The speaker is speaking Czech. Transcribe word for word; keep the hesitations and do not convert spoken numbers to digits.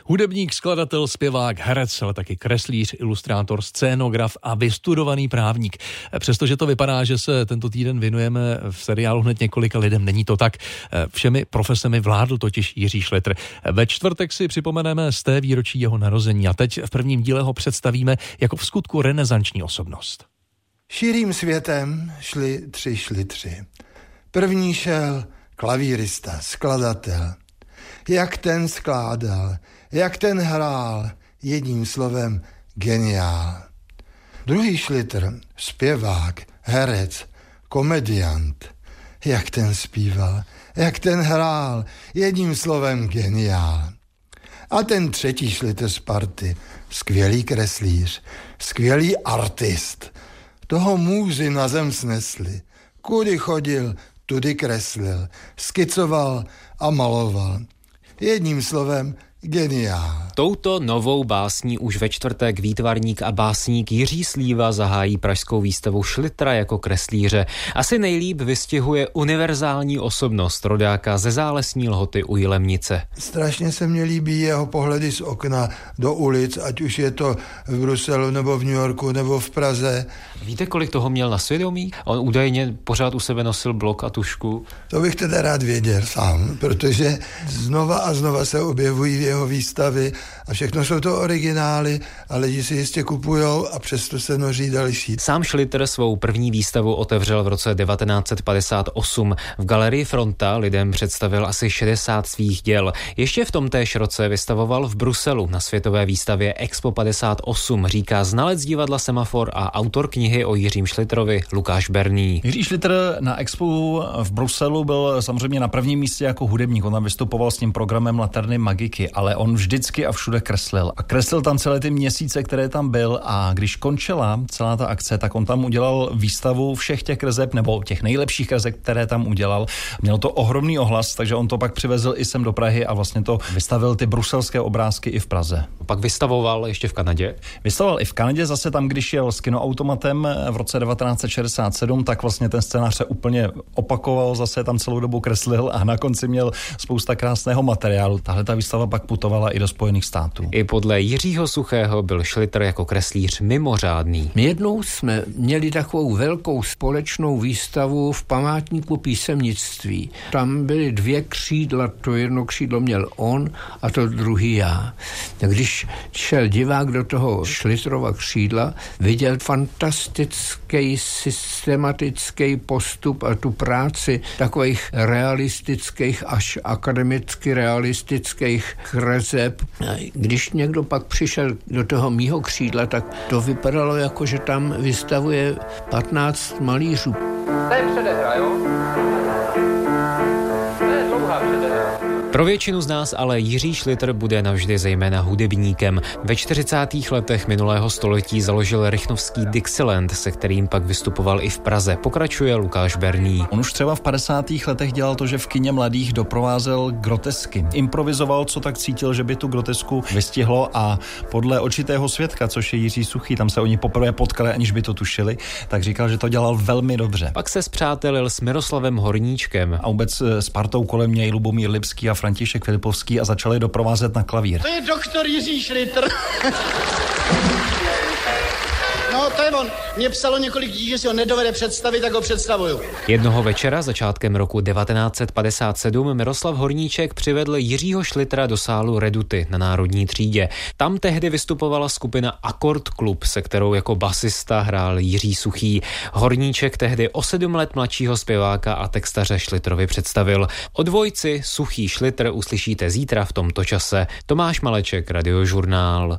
Hudebník, skladatel, zpěvák, herec, ale taky kreslíř, ilustrátor, scénograf a vystudovaný právník. Přestože to vypadá, že se tento týden věnujeme v seriálu hned několika lidem, není to tak. Všemi profesemi vládl totiž Jiří Šlitr. Ve čtvrtek si připomeneme z té výročí jeho narození a teď v prvním díle ho představíme jako v skutku renesanční osobnost. Širým světem šli tři šlitři. První šel klavírista, skladatel. Jak ten skládal, jak ten hrál, jedním slovem geniál. Druhý šlitr, zpěvák, herec, komediant. Jak ten zpíval, jak ten hrál, jedním slovem geniál. A ten třetí šlitr z party, skvělý kreslíř, skvělý artist. Toho můzy na zem snesli. Kudy chodil, tudy kreslil, skicoval a maloval. Jedním slovem geniál. Touto novou básní už ve čtvrtek výtvarník a básník Jiří Slíva zahájí pražskou výstavu Šlitra jako kreslíře. Asi nejlíp vystihuje univerzální osobnost rodáka ze Zálesní Lhoty u Jilemnice. Strašně se mně líbí jeho pohledy z okna do ulic, ať už je to v Bruselu nebo v New Yorku nebo v Praze. Víte, kolik toho měl na svědomí? On údajně pořád u sebe nosil blok a tušku. To bych teda rád věděl sám, protože znova a znova se objevují jeho výstavy a všechno jsou to originály a lidi si jistě kupujou a přesto se noří další. Sám Šlitr svou první výstavu otevřel v roce devatenáct set padesát osm. V galerii Fronta lidem představil asi šedesát svých děl. Ještě v tomtéž roce vystavoval v Bruselu na světové výstavě Expo padesát osm, říká znalec divadla Semafor a autor knihy o Jiřím Šlitrovi Lukáš Berný. Jiří Šlitr na Expo v Bruselu byl samozřejmě na prvním místě jako hudebník. On tam vystupoval s tím programem Laterny Magiky, ale on vždycky a všude kreslil. A kreslil tam celé ty měsíce, které tam byl, a když končila celá ta akce, tak on tam udělal výstavu všech těch kreseb, nebo těch nejlepších kreseb, které tam udělal. Mělo to ohromný ohlas, takže on to pak přivezl i sem do Prahy a vlastně to vystavil ty bruselské obrázky i v Praze. Pak vystavoval ještě v Kanadě? Vystavoval i v Kanadě, zase tam, když jel s kinoautomatem v roce devatenáct set šedesát sedm, tak vlastně ten scénář se úplně opakoval, zase tam celou dobu kreslil a na konci měl spousta krásného materiálu. Tahle ta výstava pak putovala i do Spojených států. I podle Jiřího Suchého byl Šlitr jako kreslíř mimořádný. My jednou jsme měli takovou velkou společnou výstavu v památníku písemnictví. Tam byly dvě křídla, to jedno křídlo měl on a to druhý já. Když šel divák do toho Šlitrova křídla, viděl fantastický systematický postup a tu práci takových realistických až akademicky realistických kreseb. Když někdo pak přišel do toho mýho křídla, tak to vypadalo jako, že tam vystavuje patnáct malířů. To je předehra, jo? To je dlouhá předehra. Pro většinu z nás ale Jiří Šlitr bude navždy zejména hudebníkem. Ve čtyřicátých letech minulého století založil rychnovský Dixieland, se kterým pak vystupoval i v Praze. Pokračuje Lukáš Berný. On už třeba v padesátých letech dělal to, že v kině mladých doprovázel grotesky. Improvizoval, co tak cítil, že by tu grotesku vystihlo, a podle očitého svědka, což je Jiří Suchý, tam se oni poprvé potkali, aniž by to tušili, tak říkal, že to dělal velmi dobře. Pak se spřátelil s Miroslavem Horníčkem. A vůbec s partou kolem něj Lubomír Lipský a František Filipovský a začali doprovázet na klavír. To je doktor Jiří Šlitr. No, to je on. Mě psalo několik lidí, že si ho nedovede představit, tak ho představuju. Jednoho večera začátkem roku devatenáct set padesát sedm Miroslav Horníček přivedl Jiřího Šlitra do sálu Reduty na Národní třídě. Tam tehdy vystupovala skupina Akord Klub, se kterou jako basista hrál Jiří Suchý. Horníček tehdy o sedm let mladšího zpěváka a textaře Šlitrovi představil. O dvojci Suchý Šlitr uslyšíte zítra v tomto čase. Tomáš Maleček, Radiožurnál.